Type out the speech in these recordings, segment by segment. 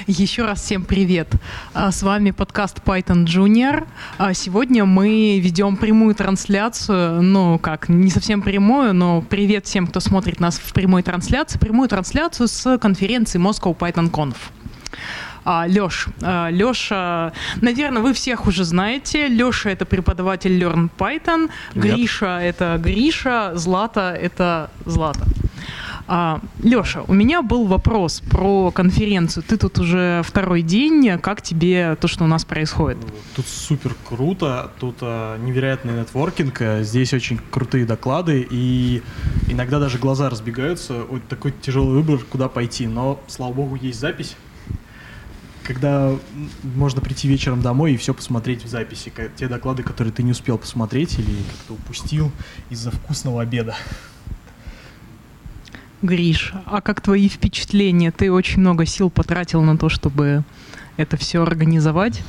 Еще раз всем привет. С вами подкаст Python Junior. Сегодня мы ведем прямую трансляцию, не совсем прямую, но привет всем, кто смотрит нас в прямую трансляцию с конференции Moscow Python Conf. Леша, наверное, вы всех уже знаете. Леша — это преподаватель Learn Python, Гриша — это Гриша, Злата — это Злата. Леша, у меня был вопрос про конференцию. Ты тут уже второй день. Как тебе то, что у нас происходит? Тут супер круто. Тут невероятный нетворкинг. Здесь очень крутые доклады. И иногда даже глаза разбегаются. Вот такой тяжелый выбор, куда пойти. Но, слава богу, есть запись, когда можно прийти вечером домой и все посмотреть в записи. Те доклады, которые ты не успел посмотреть или как-то упустил из-за вкусного обеда. Гриш, а как твои впечатления? Ты очень много сил потратил на то, чтобы это все организовать?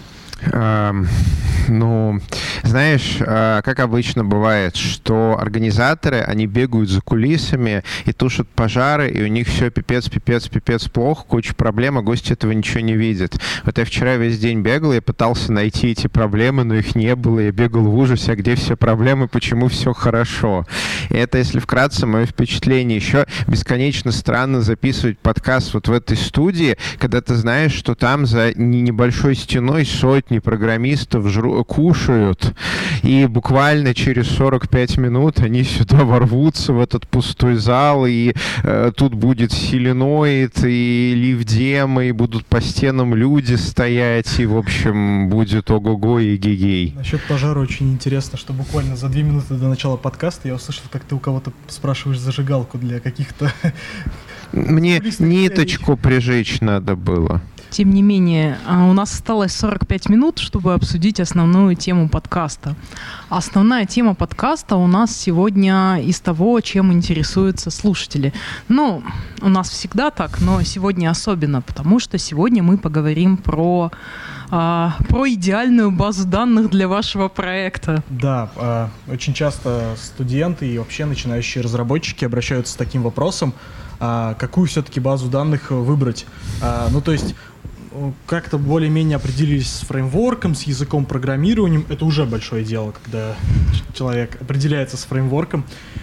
Знаешь, как обычно бывает, что организаторы, они бегают за кулисами и тушат пожары, и у них все пипец плохо, куча проблем, а гости этого ничего не видят. Вот я вчера весь день бегал, я пытался найти эти проблемы, но их не было, я бегал в ужасе, а где все проблемы, почему все хорошо. И это, если вкратце, мое впечатление. Еще бесконечно странно записывать подкаст вот в этой студии, когда ты знаешь, что там за небольшой стеной сотни программистов кушают, и буквально через 45 минут они сюда ворвутся, в этот пустой зал, и тут будет Селеноид, и Ливдема, и будут по стенам люди стоять, и, в общем, будет ого-го и гигей. Насчет пожара очень интересно, что буквально за 2 минуты до начала подкаста я услышал, как ты у кого-то спрашиваешь зажигалку для каких-то... Мне ниточку прижечь надо было. Тем не менее, у нас осталось 45 минут, чтобы обсудить основную тему подкаста. Основная тема подкаста у нас сегодня из того, чем интересуются слушатели. У нас всегда так, но сегодня особенно, потому что сегодня мы поговорим про идеальную базу данных для вашего проекта. Да, очень часто студенты и вообще начинающие разработчики обращаются с таким вопросом, какую все-таки базу данных выбрать. То есть как-то более-менее определились с фреймворком, с языком программирования. Это уже большое дело, когда человек определяется с фреймворком.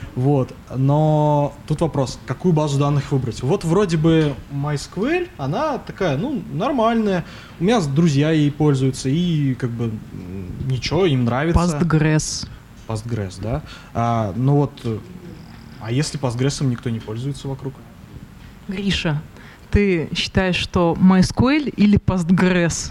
Но тут вопрос, какую базу данных выбрать? Вот вроде бы MySQL, она такая, нормальная. У меня друзья ей пользуются, и ничего, им нравится. Postgres, да? А если Postgres никто не пользуется вокруг? Гриша, ты считаешь, что MySQL или Postgres?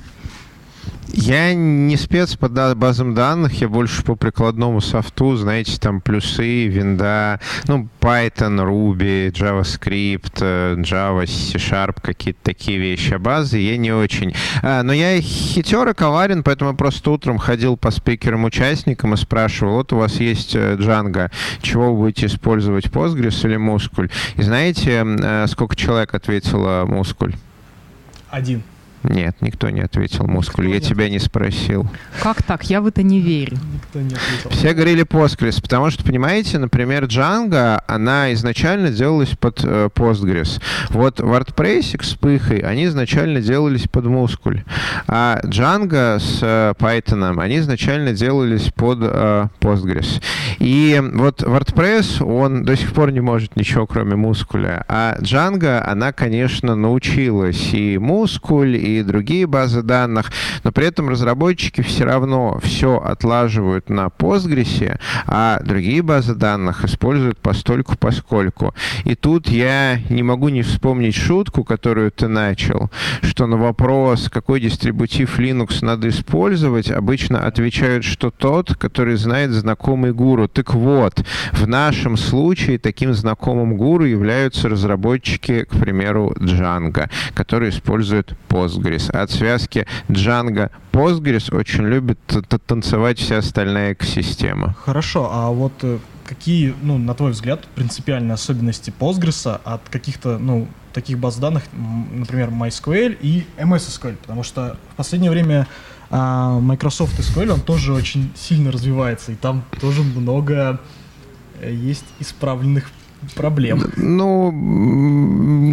Я не спец по базам данных, я больше по прикладному софту, знаете, там плюсы, винда, Python, Ruby, JavaScript, Java, C-Sharp, какие-то такие вещи. А базы я не очень. Но я хитер и коварен, поэтому я просто утром ходил по спикерам-участникам и спрашивал, вот у вас есть Django, чего вы будете использовать, Postgres или Muscle? И знаете, сколько человек ответило Muscle? 1. Нет, никто не ответил Muscle. Я тебя не спросил. Как так? Я в это не верю. Никто не ответил. Все говорили Postgres, потому что, понимаете, например, Django, она изначально делалась под Postgres. Вот WordPress с Пыхой, они изначально делались под Muscle. А Django с Python, они изначально делались под Postgres. И вот WordPress, он до сих пор не может ничего, кроме Muscle. А Django, она, конечно, научилась и Muscle, и другие базы данных, но при этом разработчики все равно все отлаживают на Postgres, а другие базы данных используют постольку-поскольку. И тут я не могу не вспомнить шутку, которую ты начал, что на вопрос, какой дистрибутив Linux надо использовать, обычно отвечают, что тот, который знает знакомый гуру. Так вот, в нашем случае таким знакомым гуру являются разработчики, к примеру, Django, которые используют Postgres. А от связки Django-Postgres очень любит танцевать вся остальная экосистема. Хорошо, а вот какие, на твой взгляд, принципиальные особенности Postgres от каких-то, таких баз данных, например, MySQL и MS SQL? Потому что в последнее время Microsoft SQL, он тоже очень сильно развивается, и там тоже много есть исправленных проблем.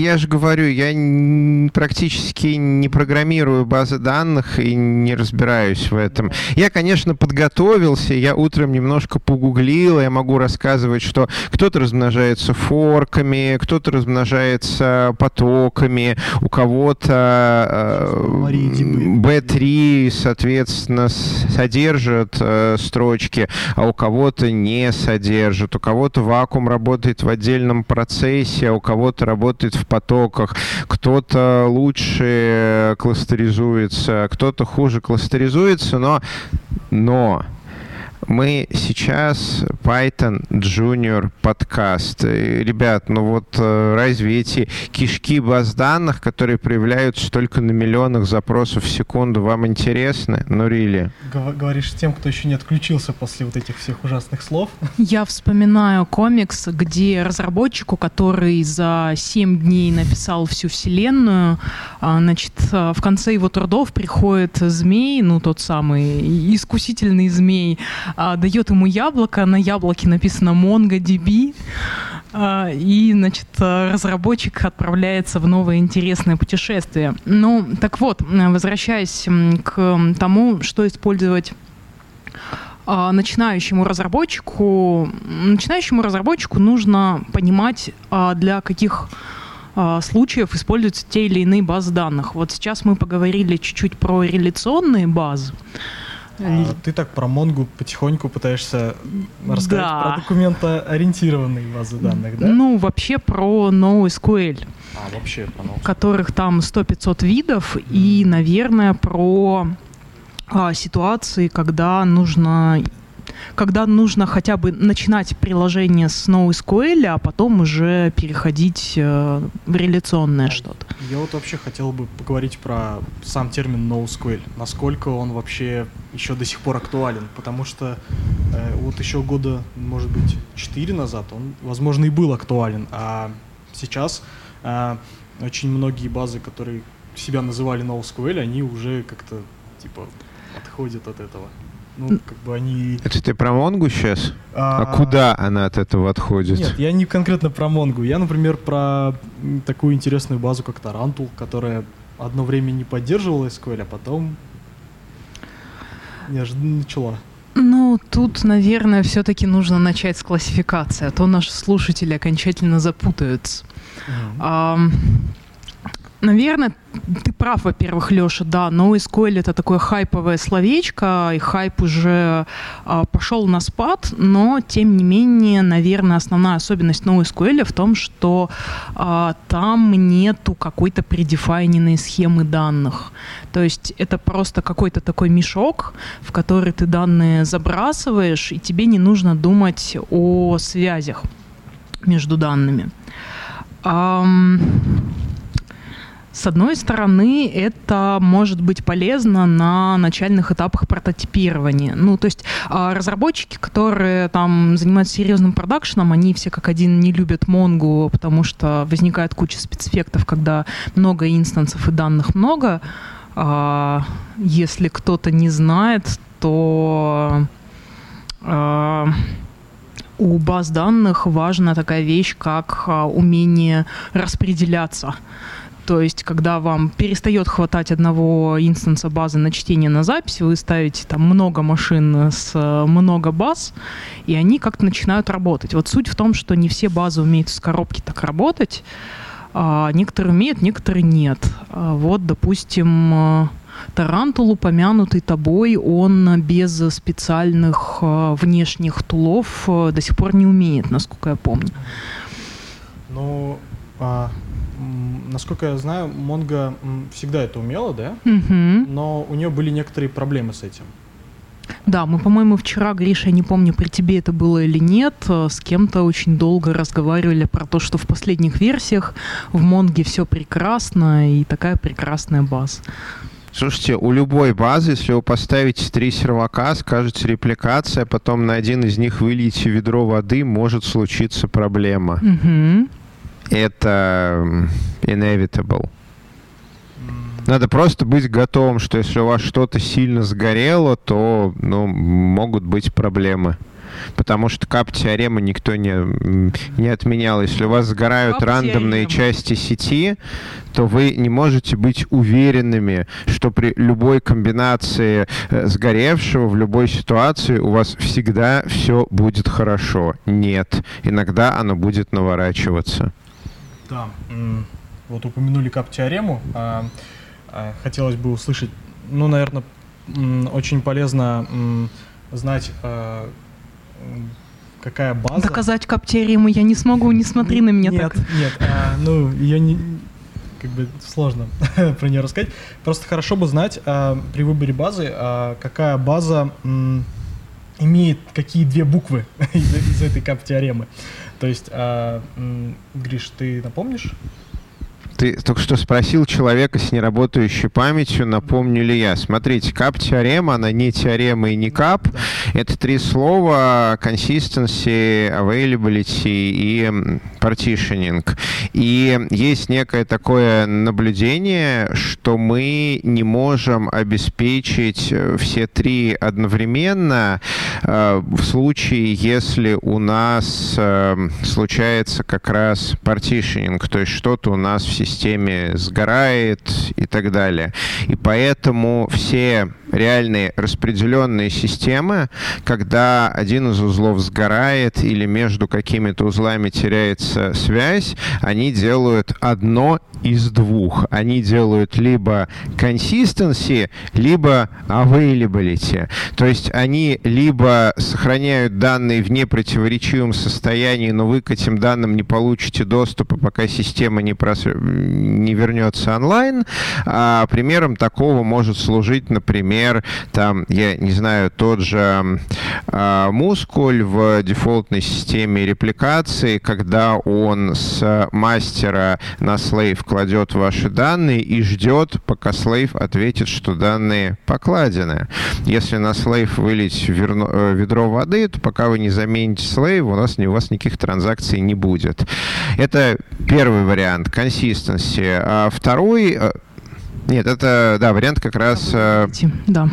я же говорю, я практически не программирую базы данных и не разбираюсь в этом. Я, конечно, подготовился, я утром немножко погуглил, я могу рассказывать, что кто-то размножается форками, кто-то размножается потоками, у кого-то B3, соответственно, содержит строчки, а у кого-то не содержит, у кого-то вакуум работает в отдельном процессе, а у кого-то работает в потоках, кто-то лучше кластеризуется, кто-то хуже кластеризуется, но мы сейчас Python Junior подкаст. Ребят, ну вот разве эти кишки баз данных, которые проявляются только на миллионах запросов в секунду, вам интересны? Ну, really? Говоришь тем, кто еще не отключился после вот этих всех ужасных слов. Я вспоминаю комикс, где разработчику, который за 7 дней написал всю вселенную, значит, в конце его трудов приходит змей, ну, тот самый искусительный змей, дает ему яблоко, на яблоке написано MongoDB, и, значит, разработчик отправляется в новое интересное путешествие. Ну, так вот, возвращаясь к тому, что использовать начинающему разработчику нужно понимать, для каких случаев используются те или иные базы данных. Вот сейчас мы поговорили чуть-чуть про реляционные базы. Ты так про Монгу потихоньку пытаешься рассказать про документоориентированные базы данных, да? Ну, вообще про NoSQL. Вообще про NoSQL. Которых там 100-500 видов, и, наверное, про ситуации, когда нужно хотя бы начинать приложение с NoSQL, а потом уже переходить в реляционное что-то. Я вот вообще хотел бы поговорить про сам термин NoSQL. Насколько он вообще еще до сих пор актуален. Потому что вот еще года, может быть, 4 назад он, возможно, и был актуален. А сейчас очень многие базы, которые себя называли NoSQL, они уже как-то типа отходят от этого. Ну, как бы они... Это ты про Монгу сейчас? А куда она от этого отходит? Нет, я не конкретно про Монгу. Я, например, про такую интересную базу, как Tarantul, которая одно время не поддерживала SQL, а потом неожиданно начала. Ну, тут, наверное, все-таки нужно начать с классификации, а то наши слушатели окончательно запутаются. Наверное, ты прав, во-первых, Леша, да, NoSQL — это такое хайповое словечко, и хайп уже пошел на спад, но, тем не менее, наверное, основная особенность NoSQL в том, что там нету какой-то предефайненной схемы данных. То есть это просто какой-то такой мешок, в который ты данные забрасываешь, и тебе не нужно думать о связях между данными. С одной стороны, это может быть полезно на начальных этапах прототипирования. Ну, то есть разработчики, которые там занимаются серьезным продакшеном, они все как один не любят Монгу, потому что возникает куча спецэффектов, когда много инстансов и данных много. Если кто-то не знает, то у баз данных важна такая вещь, как умение распределяться. То есть, когда вам перестает хватать одного инстанса базы на чтение, на запись, вы ставите там много машин с много баз, и они как-то начинают работать. Вот суть в том, что не все базы умеют с коробки так работать. Некоторые умеют, некоторые нет. Вот, допустим, Tarantul, упомянутый тобой, он без специальных внешних тулов до сих пор не умеет, насколько я помню. Ну, насколько я знаю, Mongo всегда это умела, да? Но у нее были некоторые проблемы с этим. Да, мы, по-моему, вчера, Гриша, я не помню, при тебе это было или нет, с кем-то очень долго разговаривали про то, что в последних версиях в Монге все прекрасно и такая прекрасная база. Слушайте, у любой базы, если вы поставите 3 сервака, скажете репликация, потом на один из них выльете ведро воды, может случиться проблема. Это inevitable. Надо просто быть готовым, что если у вас что-то сильно сгорело, то могут быть проблемы. потому что кап-теорему никто не отменял. Если у вас сгорают рандомные части сети, то вы не можете быть уверенными, что при любой комбинации сгоревшего в любой ситуации у вас всегда все будет хорошо. Нет. Иногда оно будет наворачиваться. Да. Вот упомянули кап-теорему. Хотелось бы услышать, наверное, очень полезно знать, какая база. Доказать кап-теорему я не смогу, не смотри на меня так. Нет, ее не... Как бы сложно про нее рассказать. Просто хорошо бы знать при выборе базы, какая база имеет какие две буквы из этой кап-теоремы. То есть, Гриш, ты напомнишь? Ты только что спросил человека с неработающей памятью, напомню ли я. Смотрите, кап-теорема, она не теорема и не кап. Да. Это три слова: consistency, availability и partitioning. И есть некое такое наблюдение, что мы не можем обеспечить все три одновременно в случае, если у нас случается как раз partitioning, то есть что-то у нас в системе сгорает и так далее. И поэтому все реальные распределенные системы, когда один из узлов сгорает или между какими-то узлами теряется связь, они делают одно из двух. Они делают либо consistency, либо availability. То есть они либо сохраняют данные в непротиворечивом состоянии, но вы к этим данным не получите доступа, пока система не вернется онлайн. А примером такого может служить, например, там, я не знаю, тот же мускуль в дефолтной системе репликации, когда он с мастера на слейв кладет ваши данные и ждет, пока слейв ответит, что данные покладены. Если на слейв вылить ведро воды, то пока вы не замените слейв, у вас никаких транзакций не будет. Это первый вариант, consistency. А второй... Нет, это, да, вариант как раз... Да.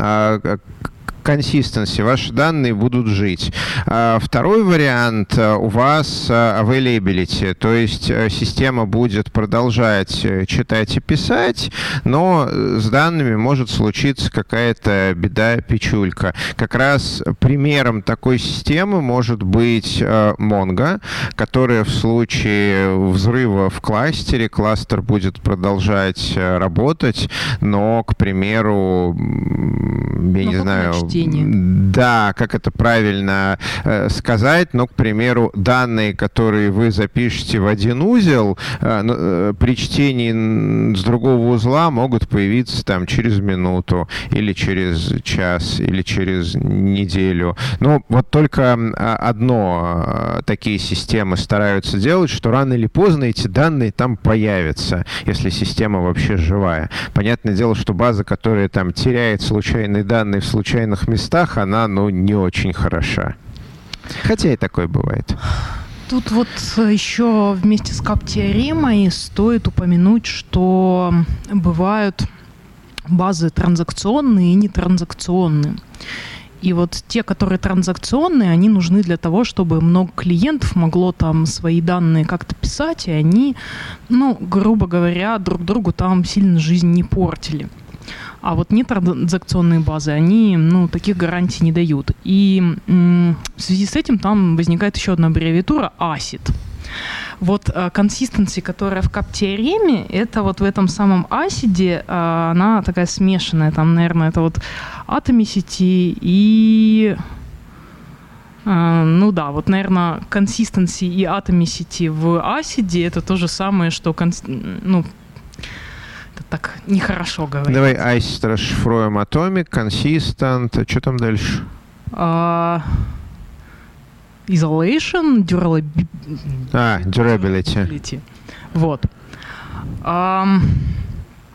Consistency, ваши данные будут жить. Второй вариант, у вас availability, то есть система будет продолжать читать и писать, но с данными может случиться какая-то беда, печулька. Как раз примером такой системы может быть Mongo, которая в случае взрыва в кластере, кластер будет продолжать работать, но, к примеру, я не знаю... Да, как это правильно сказать, но, к примеру, данные, которые вы запишете в один узел, при чтении с другого узла могут появиться там через минуту, или через час, или через неделю. Но вот только одно такие системы стараются делать, что рано или поздно эти данные там появятся, если система вообще живая. Понятное дело, что база, которая там теряет случайные данные в случайных местах, она, не очень хороша. Хотя и такое бывает. Тут вот еще вместе с кап-теоремой стоит упомянуть, что бывают базы транзакционные и нетранзакционные. И вот те, которые транзакционные, они нужны для того, чтобы много клиентов могло там свои данные как-то писать, и они, грубо говоря, друг другу там сильно жизнь не портили. А вот нетранзакционные базы, они, таких гарантий не дают. И в связи с этим там возникает еще одна аббревиатура ACID. Вот consistency, которая в кап-теореме, это вот в этом самом ACID, она такая смешанная. Там, наверное, это вот atomicity и... вот, наверное, consistency и atomicity в ACID это то же самое, что... Так нехорошо говорить. Давай ACID расшифруем. Atomic, consistent. А что там дальше? Isolation, durability. Вот.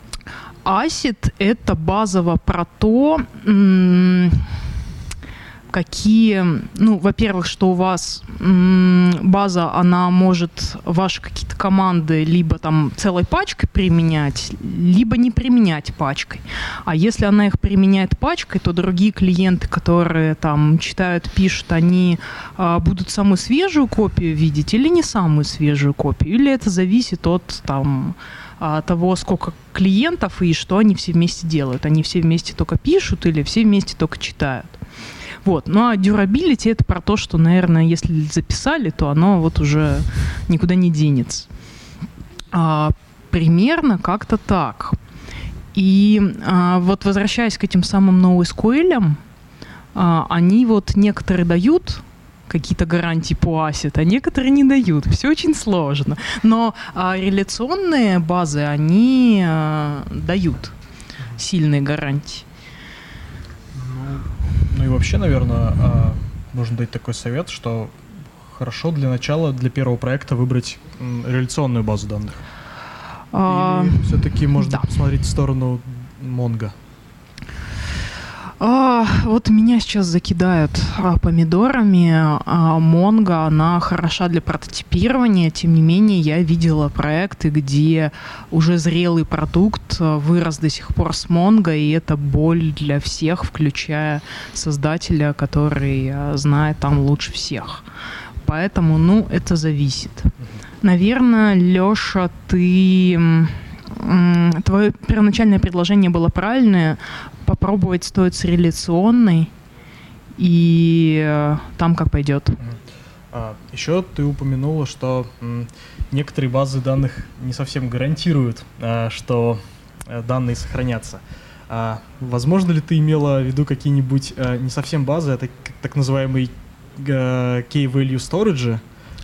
ACID — это базово про то, какие, ну, во-первых, что у вас база, она может ваши какие-то команды либо там целой пачкой применять, либо не применять пачкой. А если она их применяет пачкой, то другие клиенты, которые там читают, пишут, они будут самую свежую копию видеть или не самую свежую копию, или это зависит от там того, сколько клиентов и что они все вместе делают. Они все вместе только пишут или все вместе только читают. Вот. Ну а durability — это про то, что, наверное, если записали, то оно вот уже никуда не денется. Примерно как-то так. И вот возвращаясь к этим самым NoSQL, они вот некоторые дают какие-то гарантии по ACID, а некоторые не дают. Все очень сложно. Но реляционные базы, они дают сильные гарантии. Ну и вообще, наверное, можно дать такой совет, что хорошо для начала, для первого проекта выбрать реляционную базу данных. Или все-таки можно посмотреть в сторону Mongo? Вот меня сейчас закидают помидорами. Mongo, она хороша для прототипирования. Тем не менее, я видела проекты, где уже зрелый продукт вырос до сих пор с Mongo, и это боль для всех, включая создателя, который знает там лучше всех. Поэтому, ну, это зависит. Наверное, Леша, твое первоначальное предложение было правильное. Попробовать стоит с реляционной, и там как пойдет. Еще ты упомянула, что некоторые базы данных не совсем гарантируют, что данные сохранятся. Возможно ли ты имела в виду какие-нибудь не совсем базы, а так называемые key-value storage?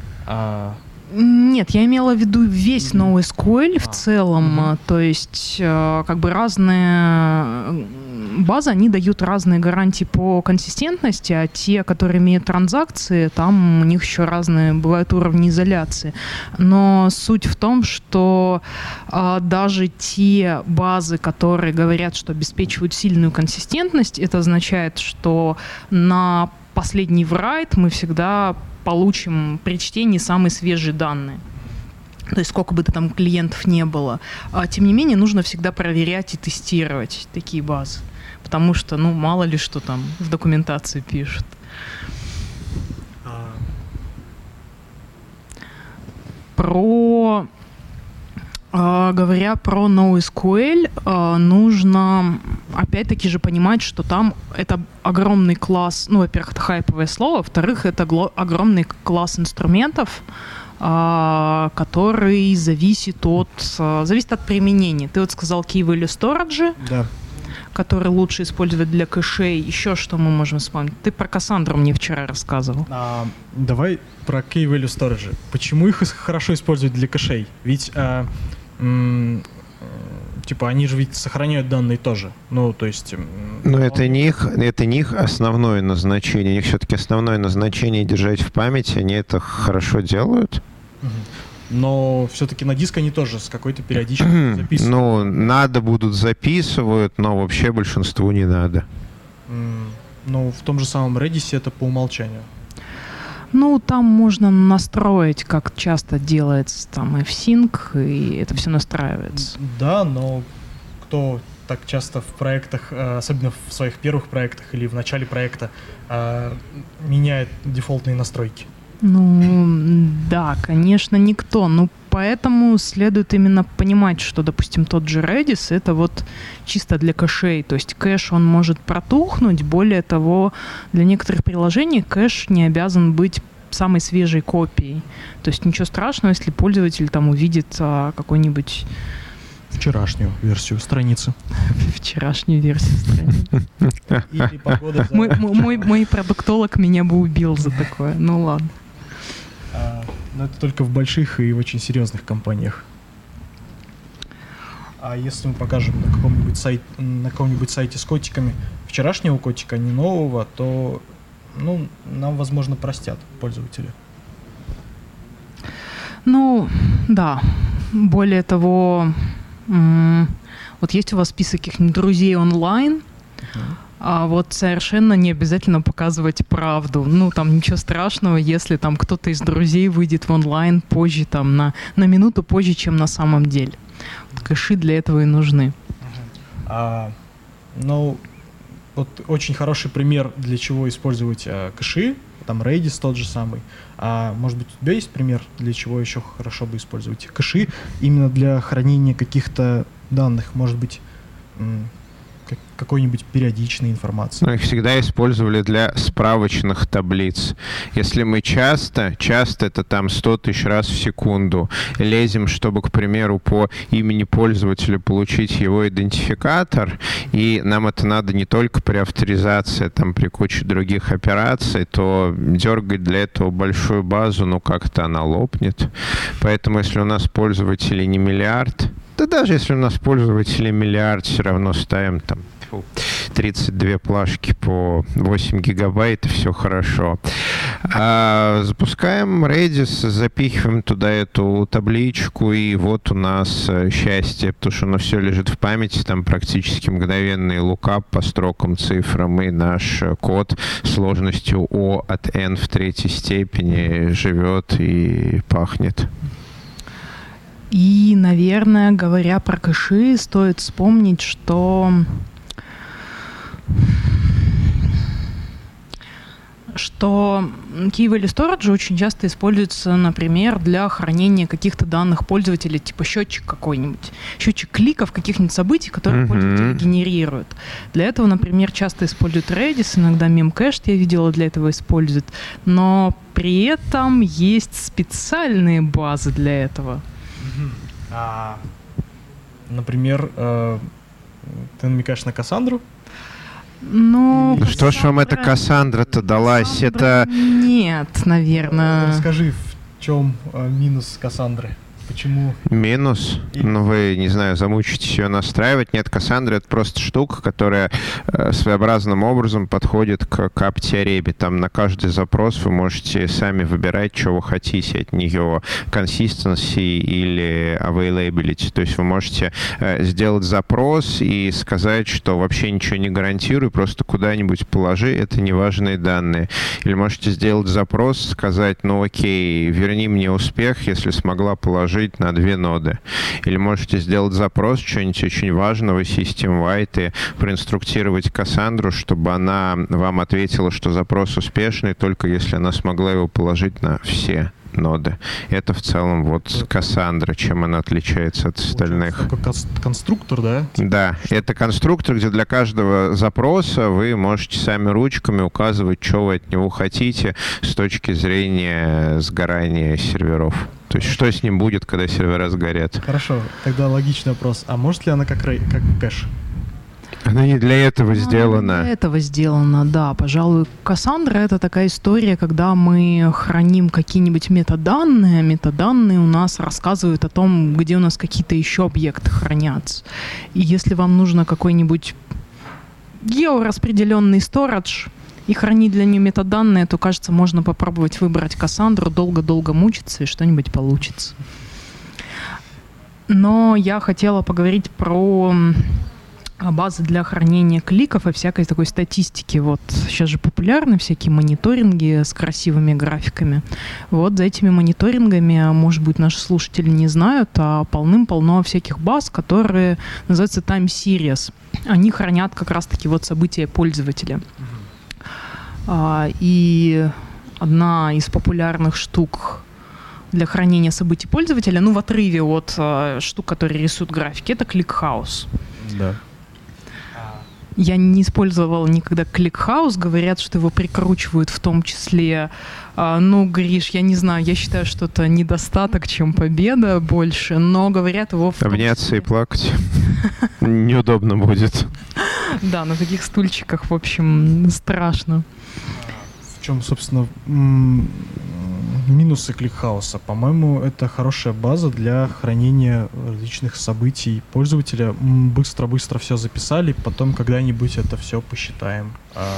Нет, я имела в виду весь NoSQL в целом, то есть как бы разные базы, они дают разные гарантии по консистентности, а те, которые имеют транзакции, там у них еще разные бывают уровни изоляции. Но суть в том, что даже те базы, которые говорят, что обеспечивают сильную консистентность, это означает, что на последний write мы всегда получим при чтении самые свежие данные. То есть сколько бы там клиентов не было. Тем не менее, нужно всегда проверять и тестировать такие базы. Потому что, ну, мало ли что там в документации пишут. Говоря про NoSQL, нужно опять-таки же понимать, что там это огромный класс, ну, во-первых, это хайповое слово, во-вторых, это огромный класс инструментов, который зависит от применения. Ты вот сказал key-value storage, да, который лучше использовать для кэшей. Еще что мы можем вспомнить? Ты про Cassandra мне вчера рассказывал. Давай про key-value storage. Почему их хорошо использовать для кэшей? Ведь типа они же ведь сохраняют данные тоже. Ну, то есть... Но это не их основное назначение. У них все-таки основное назначение держать в памяти. Они это хорошо делают. Но все-таки на диск они тоже с какой-то периодичностью записывают. Ну, надо будут записывают, но вообще большинству не надо. Ну, в том же самом Redis это по умолчанию. Ну, там можно настроить, как часто делается там F-Sync, и это все настраивается. Да, но кто так часто в проектах, особенно в своих первых проектах или в начале проекта, меняет дефолтные настройки? Ну, да, конечно, никто. Ну, поэтому следует именно понимать, что, допустим, тот же Redis — это вот чисто для кэшей. То есть кэш, он может протухнуть. Более того, для некоторых приложений кэш не обязан быть самой свежей копией. То есть ничего страшного, если пользователь там увидит какой-нибудь... Вчерашнюю версию страницы. Вчерашнюю версию страницы. Или погода за... Мой продуктолог меня бы убил за такое. Ну ладно. Но это только в больших и в очень серьезных компаниях. А если мы покажем на каком-нибудь сайте с котиками вчерашнего котика, а не нового, то нам, возможно, простят пользователи. Ну, да. Более того, вот есть у вас список каких-нибудь друзей онлайн, А вот совершенно не обязательно показывать правду. Ну, там ничего страшного, если там кто-то из друзей выйдет в онлайн позже, там на минуту позже, чем на самом деле. Вот кэши для этого и нужны. Ну, вот очень хороший пример, для чего использовать кэши, там Redis тот же самый. Может быть, у тебя есть пример, для чего еще хорошо бы использовать кэши именно для хранения каких-то данных, может быть, какой-нибудь периодичной информации? Ну, их всегда использовали для справочных таблиц. Если мы часто, это там 100 тысяч раз в секунду, лезем, чтобы, к примеру, по имени пользователя получить его идентификатор, и нам это надо не только при авторизации, там при куче других операций, то дергать для этого большую базу, ну, как-то она лопнет. Поэтому, если у нас пользователей не миллиард, да даже если у нас пользователей миллиард, все равно ставим там 32 плашки по 8 гигабайт, и все хорошо. Запускаем Redis, запихиваем туда эту табличку, и вот у нас счастье, потому что оно все лежит в памяти, там практически мгновенный лукап по строкам, цифрам, и наш код сложностью O от n в третьей степени живет и пахнет. И, наверное, говоря про кэши, стоит вспомнить, что Key Value Storage очень часто используется, например, для хранения каких-то данных пользователя, типа счетчик какой-нибудь, счетчик кликов каких-нибудь событий, которые пользователи генерируют. Для этого, например, часто используют Redis, иногда Memcached, я видела, для этого используют, но при этом есть специальные базы для этого. Например, ты намекаешь на Кассандру? Ну, что ж вам эта Кассандра-то далась? Это... Нет, наверное. Расскажи, в чем минус Кассандры? Почему? Минус? Ну, вы, не знаю, замучитесь ее настраивать. Нет, Кассандра — это просто штука, которая своеобразным образом подходит к кап-теореме. Там на каждый запрос вы можете сами выбирать, что вы хотите от нее. Consistency или availability. То есть вы можете сделать запрос и сказать, что вообще ничего не гарантирую, просто куда-нибудь положи, это неважные данные. Или можете сделать запрос, сказать, ну окей, верни мне успех, если смогла положить на 2 ноды. Или можете сделать запрос, что-нибудь очень важного, system-wide, и проинструктировать Кассандру, чтобы она вам ответила, что запрос успешный, только если она смогла его положить на все ноды. Это в целом вот Кассандра, чем она отличается от остальных. Такой конструктор, да? Да, это конструктор, где для каждого запроса вы можете сами ручками указывать, что вы от него хотите с точки зрения сгорания серверов. То есть что с ним будет, когда сервера сгорят. Хорошо, тогда логичный вопрос. А может ли она как кэш? Она не для этого сделана. Для этого сделана, да. Пожалуй, Кассандра — это такая история, когда мы храним какие-нибудь метаданные. Метаданные у нас рассказывают о том, где у нас какие-то еще объекты хранятся. И если вам нужно какой-нибудь геораспределенный сторидж и хранить для нее метаданные, то, кажется, можно попробовать выбрать Кассандру, долго-долго мучиться, и что-нибудь получится. Но я хотела поговорить про базы для хранения кликов и всякой такой статистики. Вот сейчас же популярны всякие мониторинги с красивыми графиками. Вот за этими мониторингами, может быть, наши слушатели не знают, а полным-полно всяких баз, которые называются Time Series. Они хранят как раз-таки вот события пользователя. И одна из популярных штук для хранения событий пользователя, ну, в отрыве от штук, которые рисуют графики, это ClickHouse. Да. Я не использовала никогда ClickHouse. Говорят, что его прикручивают в том числе. Ну, Гриш, я не знаю, я считаю, что это недостаток, чем победа больше, но говорят его в том обняться числе... и плакать. Неудобно будет. Да, на таких стульчиках, в общем, страшно. В чем, собственно, минусы ClickHouse? По-моему, это хорошая база для хранения различных событий пользователя. Быстро-быстро все записали, потом когда-нибудь это все посчитаем.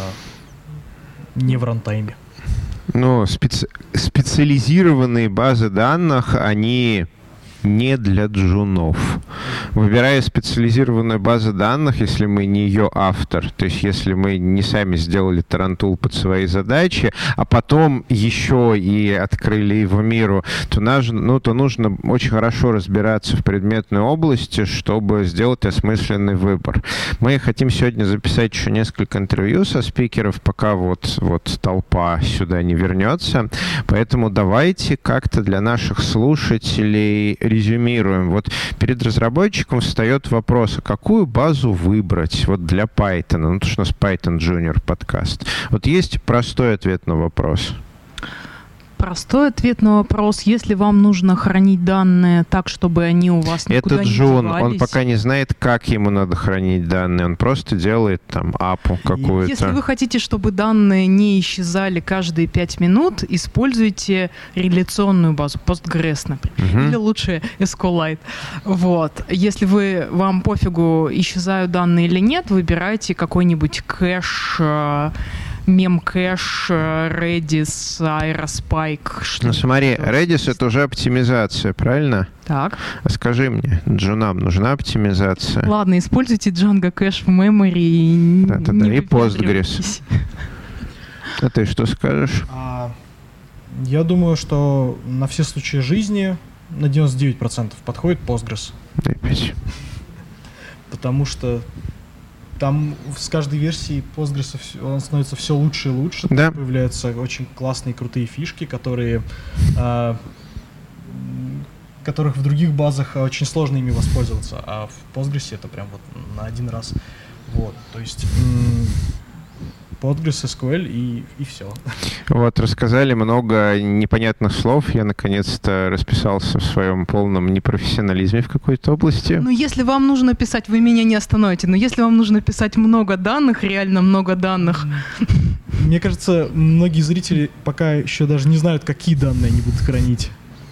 Не в рантайме. Ну, специализированные базы данных, они не для джунов. Выбирая специализированную базу данных, если мы не ее автор, то есть если мы не сами сделали Тарантул под свои задачи, а потом еще и открыли его миру, то нужно очень хорошо разбираться в предметной области, чтобы сделать осмысленный выбор. Мы хотим сегодня записать еще несколько интервью со спикеров, пока вот толпа сюда не вернется. Поэтому давайте как-то для наших слушателей резюмируем. Вот перед разработчиком встает вопрос, а какую базу выбрать вот для Python? Ну, потому что у нас Python Junior подкаст. Вот есть простой ответ на вопрос. Простой ответ на вопрос. Если вам нужно хранить данные так, чтобы они у вас никуда это не Джун, девались... он пока не знает, как ему надо хранить данные. Он просто делает там апу какую-то. Если вы хотите, чтобы данные не исчезали каждые 5 минут, используйте реляционную базу, Postgres, например. Или лучше SQLite. Вот. Если вам пофигу, исчезают данные или нет, выбирайте какой-нибудь кэш, мемкэш, Redis, Aerospike. Ну смотри, Redis — это уже оптимизация, правильно? Так. А скажи мне, джунам нужна оптимизация? Ладно, используйте Django Cache в memory и и Postgres. А ты что скажешь? Я думаю, что на все случаи жизни на 99% подходит Postgres. Потому что там с каждой версией Postgres он становится все лучше и лучше. Да. Появляются очень классные, крутые фишки, которых в других базах очень сложно ими воспользоваться. А в Postgres это прям вот на один раз. Вот, то есть Postgres, SQL и все. Вот, рассказали много непонятных слов. Я, наконец-то, расписался в своем полном непрофессионализме в какой-то области. Ну, если вам нужно писать, вы меня не остановите, но если вам нужно писать много данных, реально много данных... Мне кажется, многие зрители пока еще даже не знают, какие данные они будут хранить.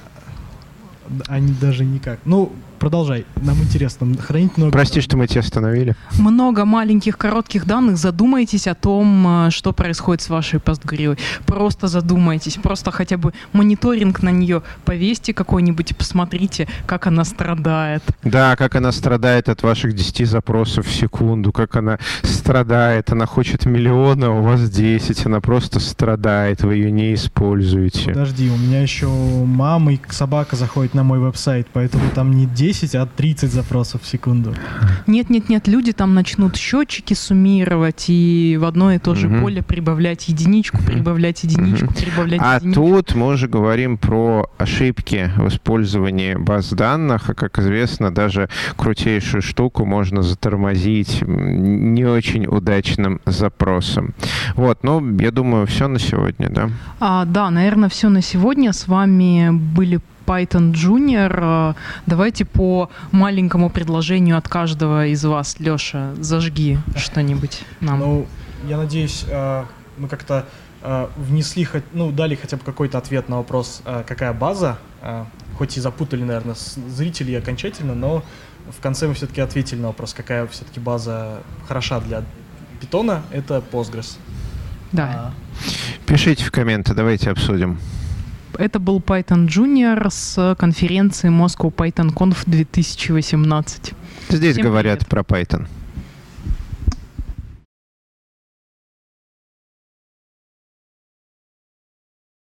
Они даже никак. Ну, продолжай. Нам интересно. Хранить много. Прости, что мы тебя остановили. Много маленьких, коротких данных. Задумайтесь о том, что происходит с вашей Postgre. Просто задумайтесь. Просто хотя бы мониторинг на нее повесьте какой-нибудь и посмотрите, как она страдает. Да, как она страдает от ваших 10 запросов в секунду, как она страдает. Она хочет миллиона, у вас 10. Она просто страдает, вы ее не используете. Подожди, у меня еще мама и собака заходит на мой веб-сайт, поэтому там не 10, а 30 запросов в секунду. Нет, люди там начнут счетчики суммировать и в одно и то же поле прибавлять единичку, прибавлять единичку, прибавлять единичку. А тут мы уже говорим про ошибки в использовании баз данных, а, как известно, даже крутейшую штуку можно затормозить не очень удачным запросом. Вот, ну, я думаю, все на сегодня, да? Да, наверное, все на сегодня. С вами были Python Junior. Давайте по маленькому предложению от каждого из вас. Леша, зажги что-нибудь нам. Ну, я надеюсь, мы как-то внесли, дали хотя бы какой-то ответ на вопрос, какая база. Хоть и запутали, наверное, зрителей окончательно, но в конце мы все-таки ответили на вопрос, какая все-таки база хороша для Python. Это Postgres. Да. Пишите в комменты, давайте обсудим. Это был Python Junior с конференции Moscow Python Conf 2018. Здесь Всем говорят привет. про Python.